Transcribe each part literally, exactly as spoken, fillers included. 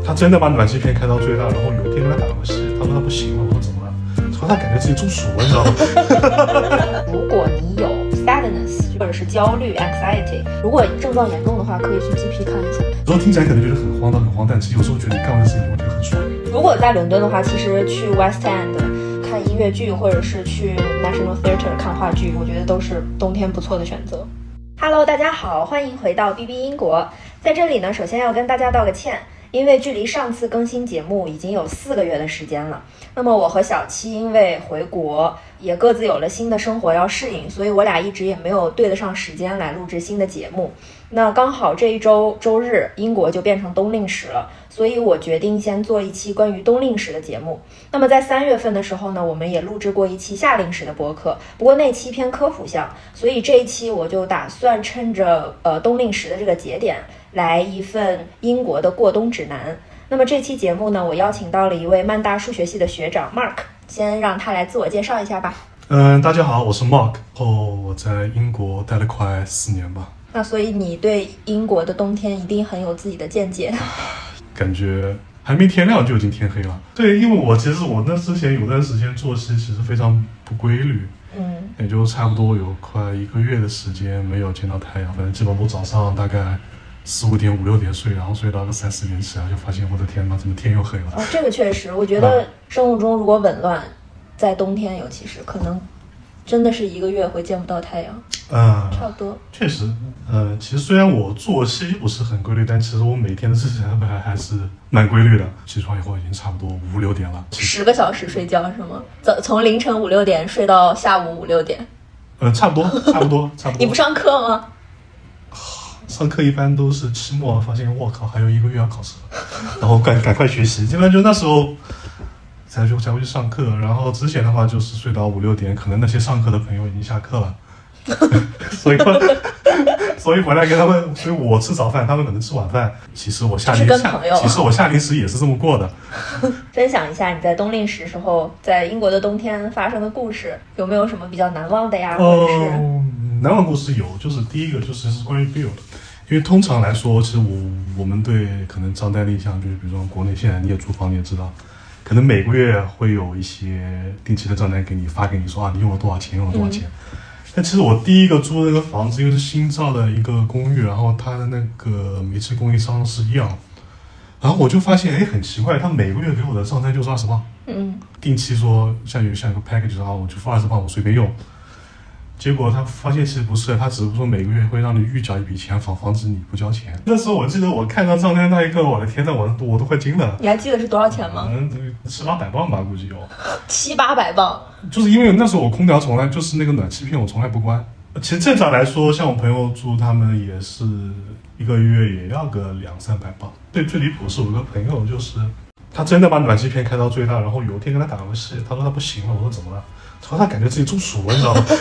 他真的把暖气片开到最大，然后有一天跟他打游戏，他说他不行了，我说怎么了？他说他感觉自己中暑了，你知道吗？ 如果你有 sadness 或者是焦虑 anxiety， 如果症状严重的话，可以去 G P 看一下。 有时候听起来可能觉得很荒诞很荒诞，其实有时候觉得你干完事情以后觉得很爽。 如果在伦敦的话，其实去 West End 看音乐剧，或者是去 National Theatre 看话剧，我觉得都是冬天不错的选择。Hello， 大家好，欢迎回到 B B 英国。在这里呢，首先要跟大家道个歉，因为距离上次更新节目已经有四个月的时间了。那么我和小七因为回国，也各自有了新的生活要适应，所以我俩一直也没有对得上时间来录制新的节目。那刚好这一周周日，英国就变成冬令时了，所以我决定先做一期关于冬令时的节目。那么在三月份的时候呢，我们也录制过一期夏令时的播客，不过那期偏科普向，所以这一期我就打算趁着呃冬令时的这个节点，来一份英国的过冬指南。那么这期节目呢，我邀请到了一位曼大数学系的学长 Mark， 先让他来自我介绍一下吧。 嗯，大家好，我是 Mark， 哦，我在英国待了快四年吧。 那所以你对英国的冬天一定很有自己的见解。 感觉还没天亮就已经天黑了。对，因为我其实我那之前有段时间作息其实非常不规律， 嗯， 也就差不多有快一个月的时间没有见到太阳，反正基本都早上大概四五点五六点睡，然后睡到个三四点起来，就发现我的天哪，怎么天又黑了？ 哦，这个确实，我觉得生物钟如果紊乱，在冬天尤其是可能真的是一个月会见不到太阳。 嗯， 差不多。确实，嗯，其实虽然我作息不是很规律，但其实我每天的日程还还是蛮规律的。起床以后已经差不多五六点了， 十个小时睡觉是吗？从从凌晨五六点睡到下午五六点。 嗯，差不多，差不多，差不多。 你不上课吗？ 上课一般都是期末，发现我靠，还有一个月要考试，然后赶赶快学习。基本上就那时候才就才会去上课，然后之前的话就是睡到五六点，可能那些上课的朋友已经下课了。所以所以回来跟他们，所以我吃早饭，他们可能吃晚饭。其实我夏令时，其实我夏令时也是这么过的。 分享一下你在冬令时时候在英国的冬天发生的故事，有没有什么比较难忘的呀？或者是、 哦、难忘故事有，就是第一个就是是关于 bill 的，因为通常来说，其实我我们对可能账单的印象就是，比如说国内现在你也租房你也知道，可能每个月会有一些定期的账单给你发给你说啊，你用了多少钱，用了多少钱。嗯，但其实我第一个租的那个房子，因为是新造的一个公寓，然后它的那个煤气供应商是一样，然后我就发现，哎，很奇怪，他每个月给我的账单就是二十磅， 嗯，定期说像有像一个 package， 然后我就付二十磅，我随便用。结果他发现其实不是，他只是说每个月会让你预缴一笔钱，防防止你不交钱。那时候我记得我看到账单那一刻，我的天呐，我我都快惊了。 你还记得是多少钱吗？ 嗯，七八百磅吧，估计有。 七八百磅。 就是因为那时候我空调从来就是那个暖气片我从来不关。其实正常来说，像我朋友住，他们也是一个月也要个两三百磅。对，最离谱的是我有个朋友，就是他真的把暖气片开到最大，然后有一天跟他打游戏，他说他不行了，我说怎么了？他说他感觉自己中暑了，你知道吗？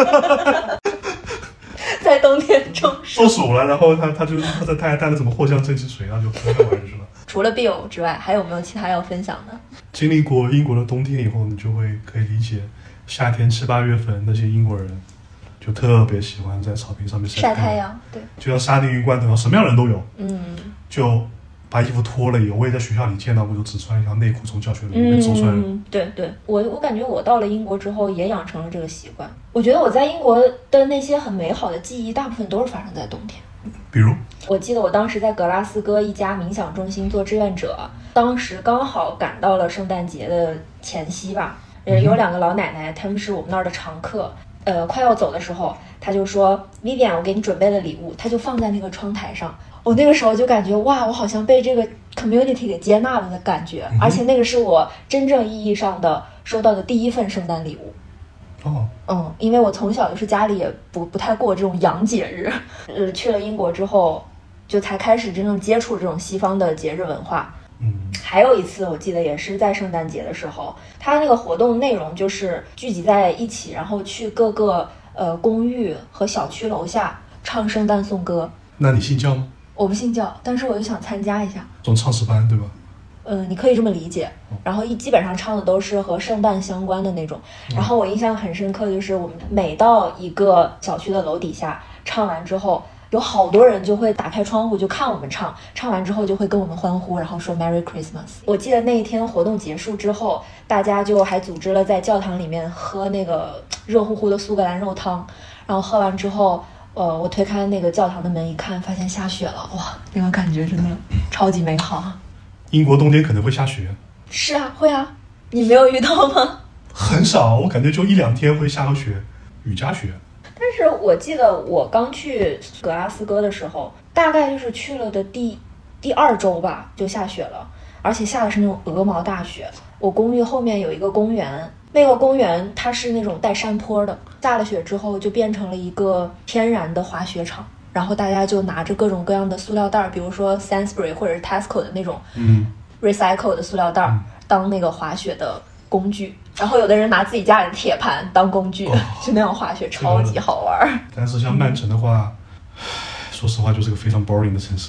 在冬天中暑。 中暑了，然后他他就他在他还带了什么藿香正气水，然后就喝完去了。 除了 Bill 之外，还有没有其他要分享的？ 经历过英国的冬天以后，你就会可以理解，夏天七八月份那些英国人就特别喜欢在草坪上面晒太阳，对， 就像沙丁鱼罐头，什么样的人都有。 嗯， 就把衣服脱了以后，我也在学校里见到过，就只穿一条内裤从教学楼里面走出来。 嗯，对对，我我感觉我到了英国之后也养成了这个习惯。我觉得我在英国的那些很美好的记忆，大部分都是发生在冬天。 比如， 我记得我当时在格拉斯哥一家冥想中心做志愿者，当时刚好赶到了圣诞节的前夕吧。呃，有两个老奶奶，她们是我们那儿的常客。呃，快要走的时候，她就说 ：“Vivian， 我给你准备了礼物。”她就放在那个窗台上。我那个时候就感觉哇，我好像被这个 community 给接纳了的感觉，而且那个是我真正意义上的收到的第一份圣诞礼物。 哦， 嗯，因为我从小就是家里也不不太过这种洋节日，呃，去了英国之后，就才开始真正接触这种西方的节日文化。 嗯， 还有一次我记得也是在圣诞节的时候，它那个活动内容就是聚集在一起，然后去各个呃公寓和小区楼下唱圣诞颂歌。 那你信教吗？ 我不信教，但是我就想参加一下。 这种唱诗班对吧？ 嗯，你可以这么理解。然后一基本上唱的都是和圣诞相关的那种。然后我印象很深刻，就是我们每到一个小区的楼底下唱完之后， 有好多人就会打开窗户就看我们唱，唱完之后就会跟我们欢呼，然后说 Merry Christmas。 我记得那一天活动结束之后，大家就还组织了在教堂里面喝那个热乎乎的苏格兰肉汤，然后喝完之后呃，我推开那个教堂的门一看，发现下雪了，哇，那个感觉真的超级美好。 英国冬天可能会下雪？ 是啊，会啊，你没有遇到吗？ 很少，我感觉就一两天会下个雪，雨夹雪。 但是我记得我刚去格拉斯哥的时候，大概就是去了的第第二周吧，就下雪了，而且下的是那种鹅毛大雪。我公寓后面有一个公园，那个公园它是那种带山坡的，下了雪之后就变成了一个天然的滑雪场，然后大家就拿着各种各样的塑料袋，比如说 Sainsbury 或者是 Tesco 的那种嗯 recycle 的塑料袋、嗯、当那个滑雪的工具，然后有的人拿自己家里的铁盘当工具、哦、就那样滑雪超级好玩。 但是像曼城的话、嗯、说实话就是个非常 boring 的城市。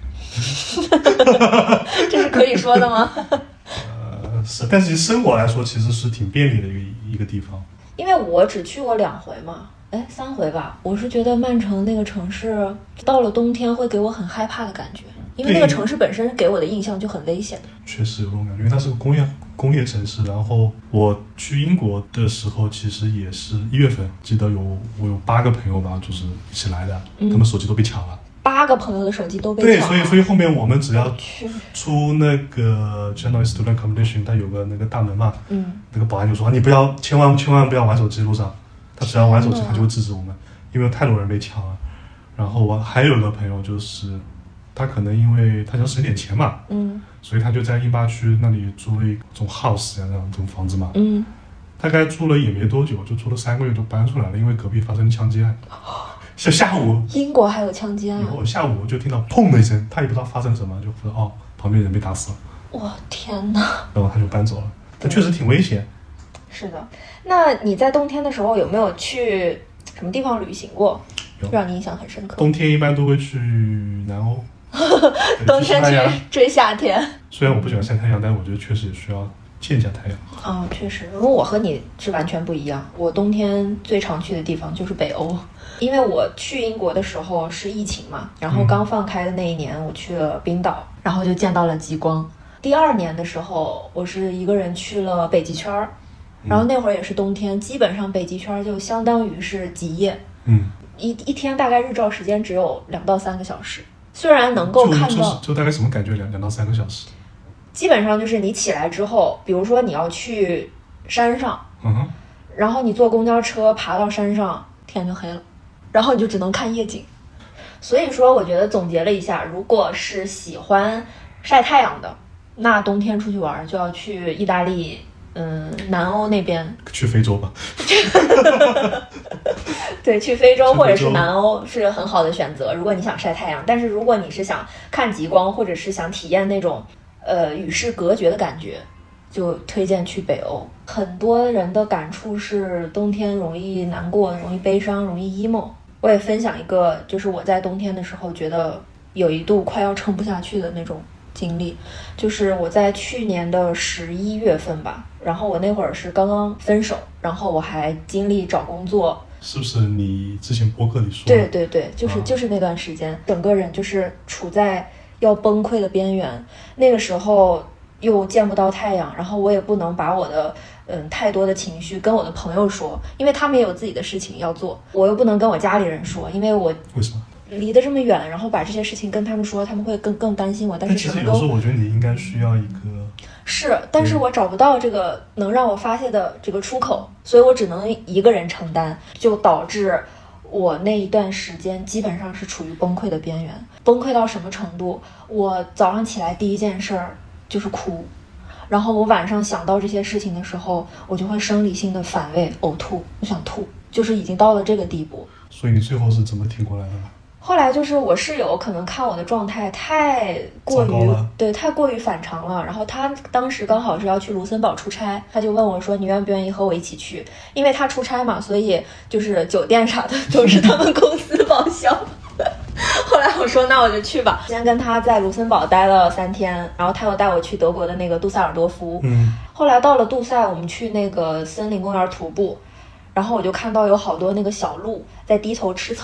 这是可以说的吗？ 呃，是，但是生活来说其实是挺便利的一个一个地方。 因为我只去过两回嘛，哎，三回吧。我是觉得曼城那个城市到了冬天会给我很害怕的感觉，因为那个城市本身给我的印象就很危险。 确实有这种感觉，因为它是个工业工业城市。然后我去英国的时候，其实也是一月份，记得有我有八个朋友吧，就是一起来的，嗯、他们手机都被抢了。 八个朋友的手机都被抢了。 对，所以所以后面我们只要出那个 General Student Accommodation， 它有个那个大门嘛，嗯，那个保安就说你不要，千万千万不要玩手机路上，他只要玩手机他就会制止我们，因为有太多人被抢了。然后我还有一个朋友，就是他可能因为他想省点钱嘛，嗯，所以他就在印巴区那里租了一种 house 啊，这种房子嘛，嗯，大概住了也没多久，就住了三个月就搬出来了，因为隔壁发生枪击案。就下午， 英国还有枪击案。 有下午就听到砰的一声，他也不知道发生什么，就说哦，旁边人被打死了。 哇，天哪！ 然后他就搬走了，但确实挺危险。 是的，那你在冬天的时候有没有去什么地方旅行过，让你印象很深刻？ 冬天一般都会去南欧， 冬天去追夏天。 虽然我不喜欢晒太阳，但我觉得确实也需要见一下太阳。 哦，确实，因为我和你是完全不一样。我冬天最常去的地方就是北欧。因为我去英国的时候是疫情嘛，然后刚放开的那一年我去了冰岛，然后就见到了极光。第二年的时候我是一个人去了北极圈，然后那会儿也是冬天，基本上北极圈就相当于是极夜，嗯，一一天大概日照时间只有两到三个小时，虽然能够看到就, 就, 就大概什么感觉两两到三个小时， 基本上就是你起来之后，比如说你要去山上，嗯哼，然后你坐公交车爬到山上，天就黑了。然后你就只能看夜景。所以说我觉得总结了一下，如果是喜欢晒太阳的，那冬天出去玩就要去意大利，嗯，南欧那边， 去非洲吧。 对，去非洲或者是南欧是很好的选择，如果你想晒太阳。但是如果你是想看极光，或者是想体验那种呃与世隔绝的感觉，就推荐去北欧。很多人的感触是冬天容易难过，容易悲伤，容易 emo。我也分享一个，就是我在冬天的时候觉得有一度快要撑不下去的那种经历。就是我在去年的十一月份吧，然后我那会儿是刚刚分手，然后我还经历找工作。 是不是你之前播客里说的？ 对对对，就是、啊、就是那段时间，整个人就是处在要崩溃的边缘。那个时候又见不到太阳，然后我也不能把我的嗯太多的情绪跟我的朋友说，因为他们也有自己的事情要做，我又不能跟我家里人说，因为我为什么离得这么远，然后把这些事情跟他们说，他们会更更担心我。但是其实有时候我觉得你应该需要一个是，但是我找不到这个能让我发泄的这个出口，所以我只能一个人承担，就导致我那一段时间基本上是处于崩溃的边缘。崩溃到什么程度？我早上起来第一件事儿就是哭，然后我晚上想到这些事情的时候，我就会生理性的反胃、呕吐，我想吐，就是已经到了这个地步。 所以你最后是怎么挺过来的？ 后来就是我室友可能看我的状态太过于对太过于反常了，然后他当时刚好是要去卢森堡出差，他就问我说你愿不愿意和我一起去，因为他出差嘛，所以就是酒店啥的都是他们公司报销。后来我说那我就去吧，先跟他在卢森堡待了三天，然后他又带我去德国的那个杜塞尔多夫。嗯，后来到了杜塞，我们去那个森林公园徒步，然后我就看到有好多那个小鹿在低头吃草，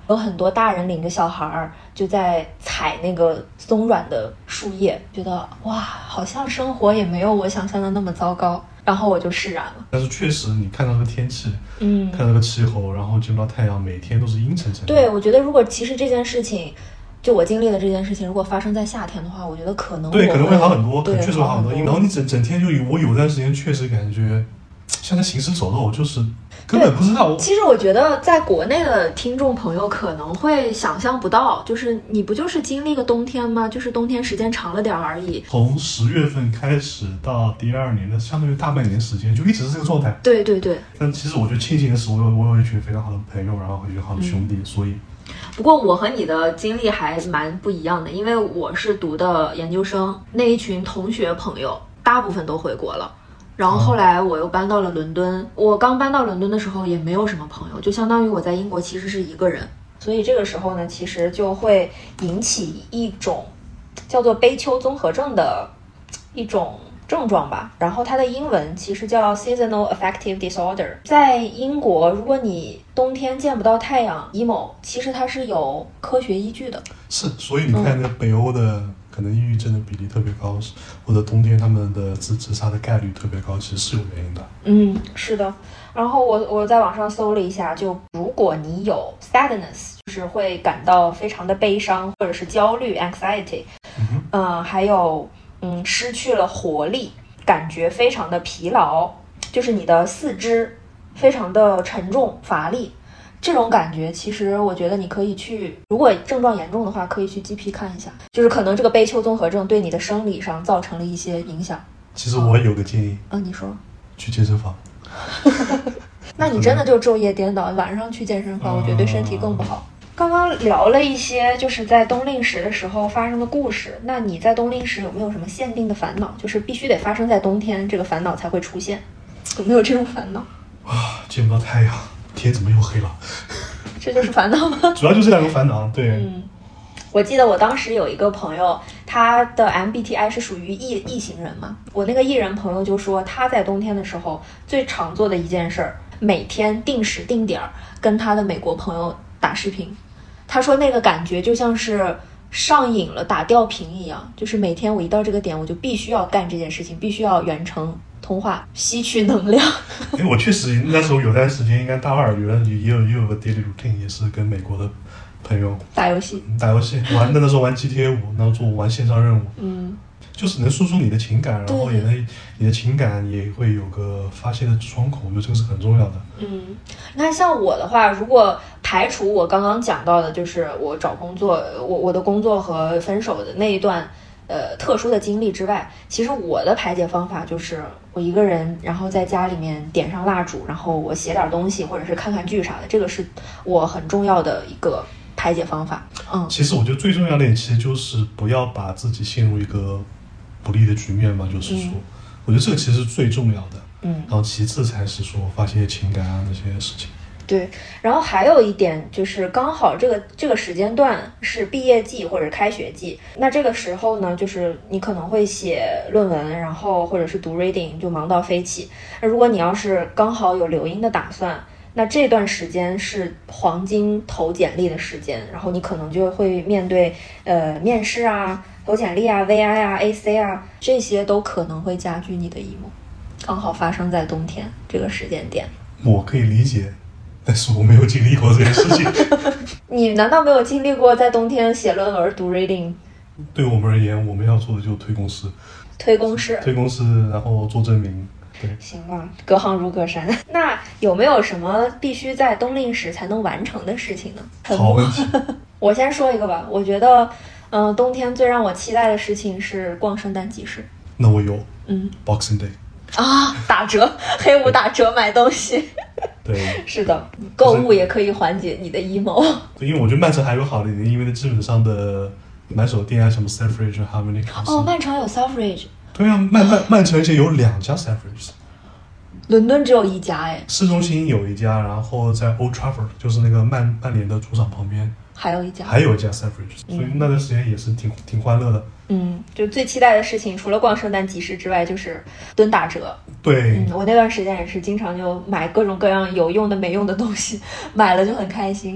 有很多大人领着小孩就在踩那个松软的树叶，觉得哇，好像生活也没有我想象的那么糟糕，然后我就释然了。 但是确实你看到这个天气， 嗯， 看到这个气候，然后见不到太阳，每天都是阴沉沉的。 对，我觉得如果其实这件事情，就我经历的这件事情，如果发生在夏天的话，我觉得可能对可能会好很多， 对， 确实会好很多。然后你整整天就我有段时间确实感觉像在行尸走肉，就是根本不知道。 其实我觉得在国内的听众朋友可能会想象不到，就是你不就是经历个冬天吗？就是冬天时间长了点而已。 从十月份开始到第二年的相当于大半年时间，就一直是这个状态。 对对对。 但其实我觉得庆幸的是，我有我有一群非常好的朋友，然后一群好的兄弟，嗯、所以。 不过我和你的经历还蛮不一样的，因为我是读的研究生，那一群同学朋友大部分都回国了。然后后来我又搬到了伦敦，我刚搬到伦敦的时候也没有什么朋友，就相当于我在英国其实是一个人，所以这个时候呢，其实就会引起一种叫做悲秋综合症的一种症状吧。然后它的英文其实叫 Seasonal Affective Disorder。在英国，如果你冬天见不到太阳 emo， 其实它是有科学依据的。 是，所以你看那北欧的、嗯可能抑郁症的比例特别高，或者冬天他们的自自杀的概率特别高，其实是有原因的。 嗯，是的。然后我我在网上搜了一下，就如果你有 sadness， 就是会感到非常的悲伤或者是焦虑 anxiety， 嗯、呃，还有嗯失去了活力，感觉非常的疲劳，就是你的四肢非常的沉重乏力。这种感觉其实我觉得你可以去，如果症状严重的话可以去 G P 看一下，就是可能这个悲秋综合症对你的生理上造成了一些影响。 其实我有个建议。 嗯、呃，你说。 去健身房。 那你真的就昼夜颠倒，晚上去健身房我觉得对身体更不好。刚刚聊了一些就是在冬令时的时候发生的故事，那你在冬令时有没有什么限定的烦恼，就是必须得发生在冬天这个烦恼才会出现，有没有这种烦恼啊？见不到太阳，天怎么又黑了？ 这就是烦恼吗？ 主要就是两个烦恼。对， 嗯，我记得我当时有一个朋友，他的 M B T I 是属于 E 异型人嘛，我那个 E 人朋友就说他在冬天的时候最常做的一件事儿，每天定时定点跟他的美国朋友打视频。他说那个感觉就像是上瘾了打吊瓶一样，就是每天我一到这个点我就必须要干这件事情，必须要远程通话吸取能量。 因为我确实那时候有段时间，应该大二有也有也有个 daily routine， 也是跟美国的朋友打游戏打游戏玩，那时候玩 G T A 五，然后做玩线上任务， 嗯， 就是能输出你的情感，然后也能你的情感也会有个发泄的窗口，我觉得这个是很重要的。嗯， 你看像我的话，如果排除我刚刚讲到的，就是我找工作，我我的工作和分手的那一段呃特殊的经历之外，其实我的排解方法就是我一个人，然后在家里面点上蜡烛，然后我写点东西，或者是看看剧啥的，这个是我很重要的一个排解方法。嗯， 其实我觉得最重要的其实就是不要把自己陷入一个不利的局面嘛，就是说、嗯、我觉得这个其实是最重要的。嗯，然后其次才是说发泄情感啊那些事情。 对，然后还有一点就是刚好这个这个时间段是毕业季或者开学季，那这个时候呢，就是你可能会写论文，然后或者是读 reading， 就忙到飞起。那如果你要是刚好有留英的打算，那这段时间是黄金投简历的时间，然后你可能就会面对呃面试啊、投简历啊、V I 啊、A C 啊，这些都可能会加剧你的 emo。刚好发生在冬天这个时间点， 我可以理解。但是我没有经历过这件事情。 你难道没有经历过在冬天写论文读 reading？ 对我们而言，我们要做的就是推公司， 推公司， 推公司，然后做证明。对， 行吧，隔行如隔山。那有没有什么必须在冬令时才能完成的事情呢？ 好问题。 我先说一个吧，我觉得，嗯、呃，冬天最让我期待的事情是逛圣诞集市。 那我有， 嗯 ，Boxing Day。 啊，打折，黑五打折买东西。 对， 是的，购物也可以缓解你的 emo。 因为我觉得曼城还有好的一点，因为基本上的买手店啊，什么 Selfridge、Harmony。 哦，曼城有 Selfridge。 对啊，曼曼曼城而且有两家 Selfridge。 伦敦只有一家哎。 市中心有一家，然后在 Old Trafford， 就是那个曼曼联的主场旁边。 还有一家， 还有一家 Selfridge，、嗯、所以那段时间也是挺挺欢乐的。 嗯，就最期待的事情，除了逛圣诞集市之外，就是蹲打折。 对， 嗯，我那段时间也是经常就买各种各样有用的、没用的东西，买了就很开心。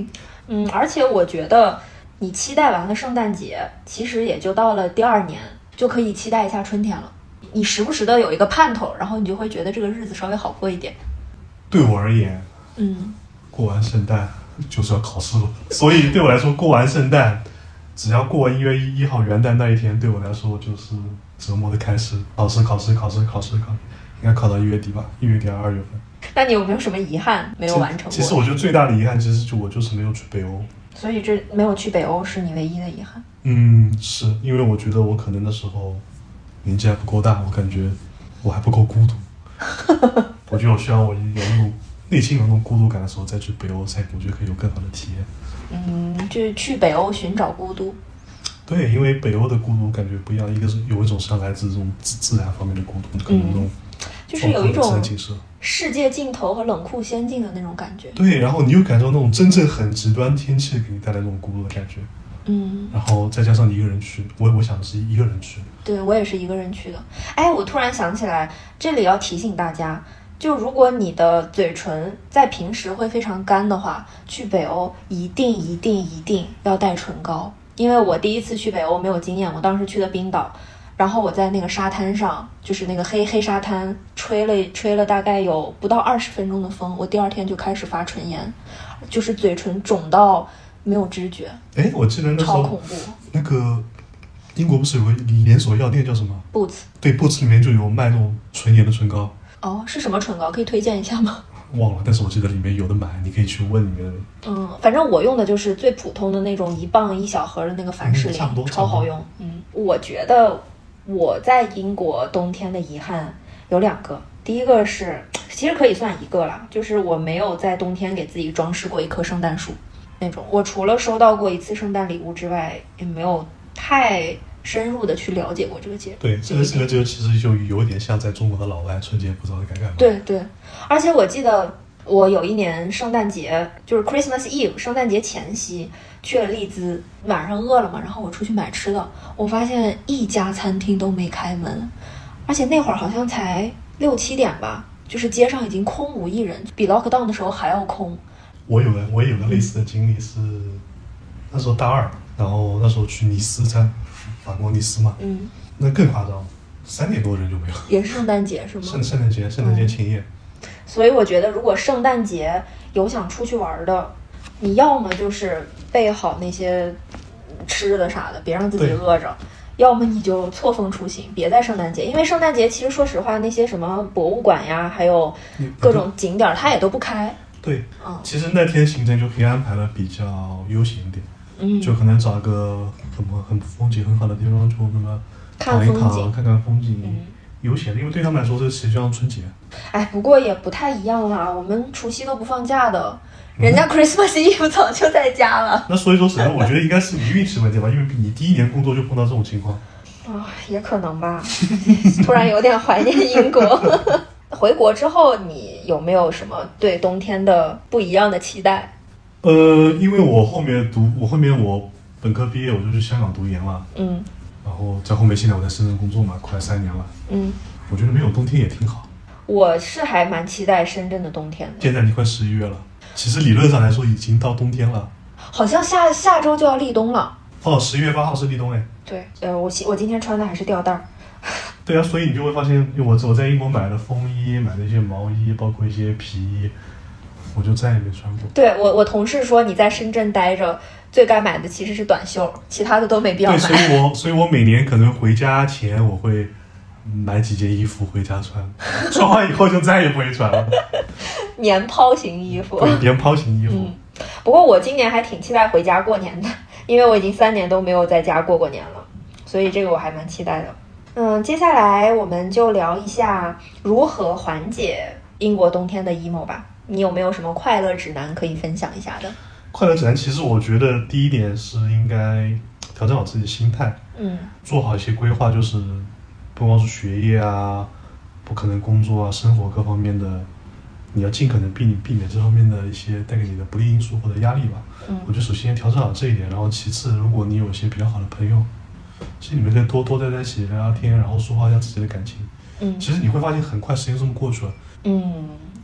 嗯，而且我觉得你期待完了圣诞节，其实也就到了第二年就可以期待一下春天了。你时不时的有一个盼头，然后你就会觉得这个日子稍微好过一点。 对我而言， 嗯， 过完圣诞就是要考试了，所以对我来说，过完圣诞，只要过完一月一号元旦那一天，对我来说就是折磨的开始。考试，考试，考试，考试，考，应该考到一月底吧，一月底还是二月份。 那你有没有什么遗憾没有完成过？ 其实我觉得最大的遗憾，其实就我就是没有去北欧。 所以这没有去北欧是你唯一的遗憾。 嗯，是因为我觉得我可能那时候年纪还不够大，我感觉我还不够孤独。我觉得我需要我有那种内心有那种孤独感的时候再去北欧，才我觉得可以有更好的体验。 嗯，就是去北欧寻找孤独。 对，因为北欧的孤独感觉不一样，一个是有一种是来自这种自自然方面的孤独，可能那种、嗯、 就是有一种世界尽头和冷酷仙境的那种感觉。 对，然后你又感受那种真正很极端天气给你带来那种孤独的感觉。 嗯， 然后再加上你一个人去，我我想的是一个人去。 对，我也是一个人去的。哎，我突然想起来，这里要提醒大家，就如果你的嘴唇在平时会非常干的话，去北欧一定一定一定要带唇膏。因为我第一次去北欧没有经验，我当时去的冰岛，然后我在那个沙滩上，就是那个黑黑沙滩，吹了吹了大概有不到二十分钟的风，我第二天就开始发唇炎，就是嘴唇肿到没有知觉。 哎，我记得那时候超恐怖。 那个英国不是有个连锁药店叫什么 Boots？ 对 Boots 里面就有卖那种唇炎的唇膏。 哦，是什么唇膏？可以推荐一下吗？ 忘了，但是我记得里面有的买，你可以去问里面的人。 嗯，反正我用的就是最普通的那种一磅一小盒的那个凡士林， 嗯、差不多， 超好用。嗯，我觉得我在英国冬天的遗憾有两个，第一个是其实可以算一个啦，就是我没有在冬天给自己装饰过一棵圣诞树那种。我除了收到过一次圣诞礼物之外，也没有太深入的去了解过这个节日。 对，这个这个就其实就有点像在中国的老外春节不知道该干嘛。 对对，而且我记得我有一年圣诞节，就是 Christmas Eve 圣诞节前夕去了利兹，晚上饿了嘛，然后我出去买吃的，我发现一家餐厅都没开门，而且那会儿好像才六七点吧，就是街上已经空无一人，比 lockdown 的时候还要空。 我有个我也有个类似的经历是，那时候大二，然后那时候去尼斯参。法国尼斯嘛， 嗯， 那更夸张，三点多人就没有。也是圣诞节是吗？ 圣圣诞节，圣诞节前夜、 嗯。所以我觉得，如果圣诞节有想出去玩的，你要么就是备好那些吃的啥的，别让自己饿着；要么你就错峰出行，别在圣诞节，因为圣诞节其实说实话，那些什么博物馆呀，还有各种景点，它也都不开。 对， 嗯， 其实那天行程就可以安排的比较悠闲一点。 嗯， 就可能找个什么很风景很好的地方，就那么躺一躺， 看看风景， 嗯、 悠闲的。因为对他们来说，这其实就像春节。 哎，不过也不太一样啦，我们除夕都不放假的，人家 Christmas Eve 早就在家了。 那所以说，实际上我觉得应该是你运气问题吧，因为你第一年工作就碰到这种情况。 啊、哦，也可能吧。突然有点怀念英国。回国之后，你有没有什么对冬天的不一样的期待？ 呃，因为我后面读，我后面我本科毕业我就去香港读研了， 嗯， 然后在后面现在我在深圳工作嘛，快三年了， 嗯， 我觉得没有冬天也挺好。 我是还蛮期待深圳的冬天的。 现在你快十一月了，其实理论上来说已经到冬天了， 好像下下周就要立冬了。 哦，十一月八号是立冬哎。 对，呃，我我今天穿的还是吊带儿。 对啊，所以你就会发现，我我在英国买的风衣，买的一些毛衣，包括一些皮衣。我就再也没穿过。 对，我我同事说你在深圳待着最该买的其实是短袖，其他的都没必要买。 对，所以我所以我每年可能回家前我会买几件衣服回家穿，穿完以后就再也不会穿了。 年抛型衣服。 对，年抛型衣服。 嗯，不过我今年还挺期待回家过年的，因为我已经三年都没有在家过过年了，所以这个我还蛮期待的。嗯，接下来我们就聊一下如何缓解英国冬天的 emo 吧。你有没有什么快乐指南可以分享一下的？ 快乐指南其实我觉得第一点是应该调整好自己的心态， 嗯， 做好一些规划，就是不光是学业啊，不可能工作啊，生活各方面的，你要尽可能避避免这方面的一些带给你的不利因素或者压力吧。 嗯， 我觉得首先调整好这一点，然后其次，如果你有一些比较好的朋友，其实你们可以多多待在一起聊聊天，然后抒发一下自己的感情。 嗯， 其实你会发现很快时间这么过去了。 嗯，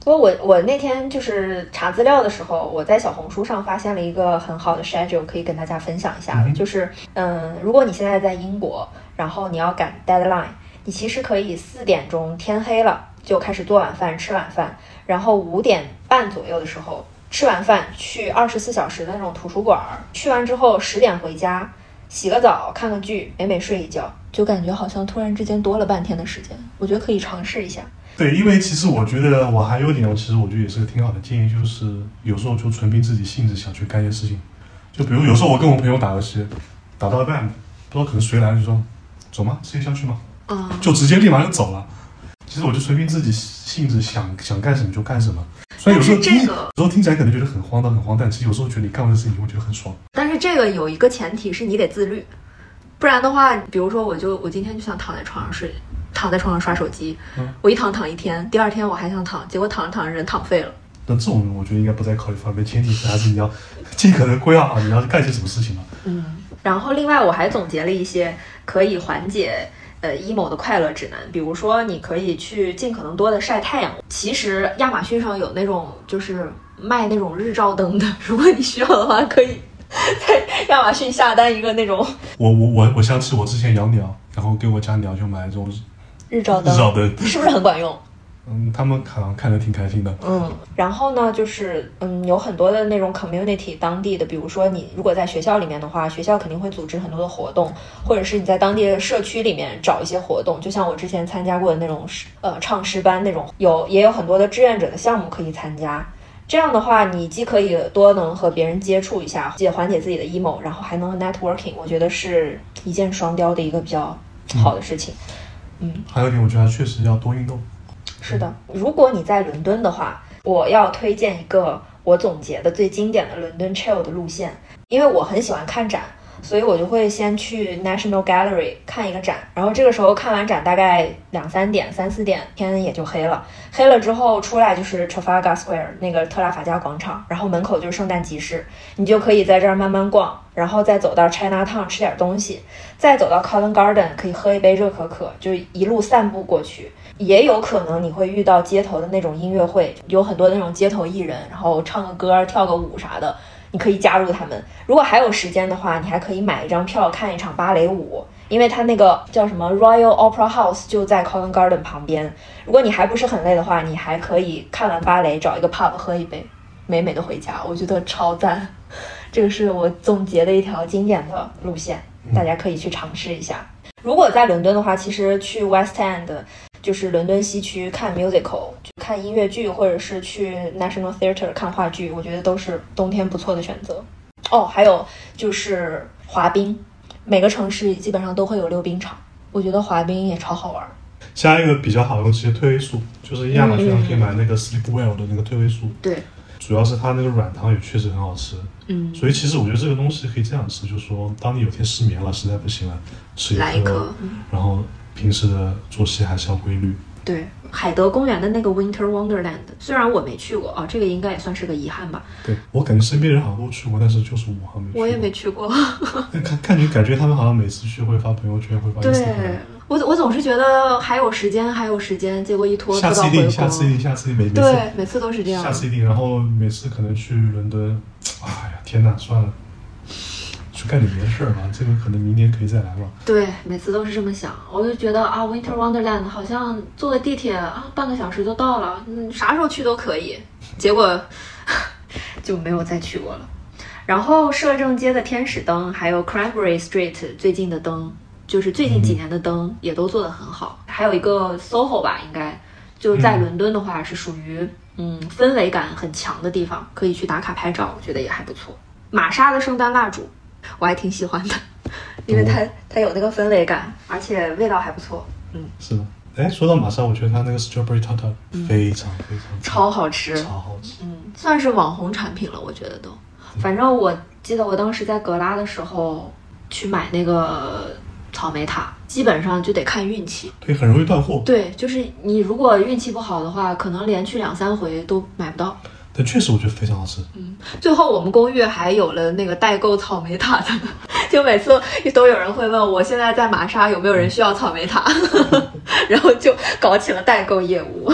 不过我我那天就是查资料的时候，我在小红书上发现了一个很好的 schedule， 可以跟大家分享一下。嗯、就是嗯，如果你现在在英国，然后你要赶 deadline， 你其实可以四点钟天黑了就开始做晚饭、吃晚饭，然后五点半左右的时候吃完饭去二十四小时的那种图书馆，去完之后十点回家，洗个澡，看个剧，美美睡一觉，就感觉好像突然之间多了半天的时间。我觉得可以尝试一下。 对，因为其实我觉得我还有一点，其实我觉得也是个挺好的建议，就是有时候就纯凭自己性子想去干一些事情。就比如有时候我跟我朋友打游戏，打到一半，不知道可能谁来了就说走吗？直接下去吗？ 啊、嗯， 就直接立马就走了。其实我就纯凭自己性子想想干什么就干什么。虽然有时候听， 这个、 有时候听起来可能觉得很荒诞很荒诞，其实有时候觉得你干完的事情你会觉得很爽。 但是这个有一个前提是你得自律，不然的话，比如说我就我今天就想躺在床上睡。躺在床上刷手机、嗯，我一躺躺一天，第二天我还想躺，结果躺着躺着人躺废了。 那这种我觉得应该不在考虑范围，前提是还是你要尽可能规划好你要干些什么事情嘛。 嗯，然后另外我还总结了一些可以缓解呃 emo 的快乐指南，比如说你可以去尽可能多的晒太阳。其实亚马逊上有那种就是卖那种日照灯的，如果你需要的话，可以在亚马逊下单一个那种。 我我我我想起我之前养鸟，然后给我家鸟就买这种。 日照灯， 日照灯是不是很管用？ 嗯，他们好像看得挺开心的。 嗯，然后呢，就是嗯，有很多的那种 community 当地的，比如说你如果在学校里面的话，学校肯定会组织很多的活动，或者是你在当地的社区里面找一些活动，就像我之前参加过的那种呃唱诗班那种，有也有很多的志愿者的项目可以参加。这样的话，你既可以多能和别人接触一下，解缓解自己的 emo， 然后还能 networking， 我觉得是一箭双雕的一个比较好的事情。嗯嗯，还有一点，我觉得确实要多运动。 是的，如果你在伦敦的话，我要推荐一个我总结的最经典的伦敦 chill 的路线，因为我很喜欢看展，所以我就会先去 National Gallery 看一个展，然后这个时候看完展大概两三点、三四点，天也就黑了。黑了之后出来就是 Trafalgar Square 那个特拉法加广场，然后门口就是圣诞集市，你就可以在这儿慢慢逛，然后再走到 Chinatown 吃点东西，再走到 Covent Garden 可以喝一杯热可可，就一路散步过去。也有可能你会遇到街头的那种音乐会，有很多那种街头艺人，然后唱个歌跳个舞啥的，你可以加入他们。如果还有时间的话，你还可以买一张票看一场芭蕾舞，因为它那个叫什么 Royal Opera House 就在 Covent Garden 旁边。如果你还不是很累的话，你还可以看完芭蕾找一个 pub 喝一杯，美美的回家，我觉得超赞。这个是我总结的一条经典的路线，大家可以去尝试一下。如果在伦敦的话，其实去 West End 就是伦敦西区看 musical 看音乐剧，或者是去 National Theatre 看话剧，我觉得都是冬天不错的选择。哦，还有就是滑冰，每个城市基本上都会有溜冰场，我觉得滑冰也超好玩。 下一个比较好用这些退位素，就是亚马逊上可以买那个 Sleepwell 的那个退位素。 对， 主要是它那个软糖也确实很好吃。嗯，所以其实我觉得这个东西可以这样吃，就是说当你有天失眠了，实在不行了，吃一颗， 来一颗、嗯、 然后平时的作息还是要规律。 对，海德公园的那个 Winter Wonderland， 虽然我没去过啊，这个应该也算是个遗憾吧。 对，我感觉身边人好像都去过，但是就是我还没去过。 我也没去过。 看看你感觉他们好像每次去会发朋友圈，会发 Instagram。 对，我我总是觉得还有时间，还有时间，结果一拖下次一定，下次一定，下次一定，每对每次都是这样。 下次一定，然后每次可能去伦敦，哎呀天哪，算了。去干点别的事儿吧，这个可能明年可以再来吧。 对，每次都是这么想，我就觉得啊 ，Winter Wonderland 好像坐个地铁啊，半个小时就到了，嗯，啥时候去都可以。结果就没有再去过了。然后摄政街的天使灯，还有 Cranberry Street 最近的灯，就是最近几年的灯也都做得很好。嗯、还有一个 Soho 吧，应该就在伦敦的话是属于嗯氛围感很强的地方，可以去打卡拍照，我觉得也还不错。玛莎的圣诞蜡烛。我还挺喜欢的，因为它、哦、它有那个氛围感，而且味道还不错。嗯， 是的。哎，说到玛莎，我觉得它那个 Strawberry Tartar 非常非常超好吃， 超好吃。 嗯，算是网红产品了，我觉得都。反正我记得我当时在格拉的时候去买那个草莓塔，基本上就得看运气。 对，很容易断货。 对，就是你如果运气不好的话，可能连去两三回都买不到。 但确实我觉得非常好吃。 嗯，最后我们公寓还有了那个代购草莓塔的，就每次都有人会问我现在在玛莎有没有人需要草莓塔，然后就搞起了代购业务。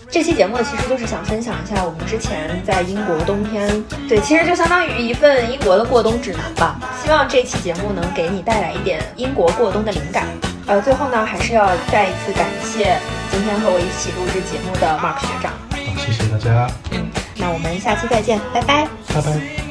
这期节目其实就是想分享一下我们之前在英国冬天，对，其实就相当于一份英国的过冬指南吧。希望这期节目能给你带来一点英国过冬的灵感。呃，最后呢，还是要再一次感谢今天和我一起录制节目的 Mark 学长。 好，谢谢大家。 嗯，那我们下期再见，拜拜。 拜拜。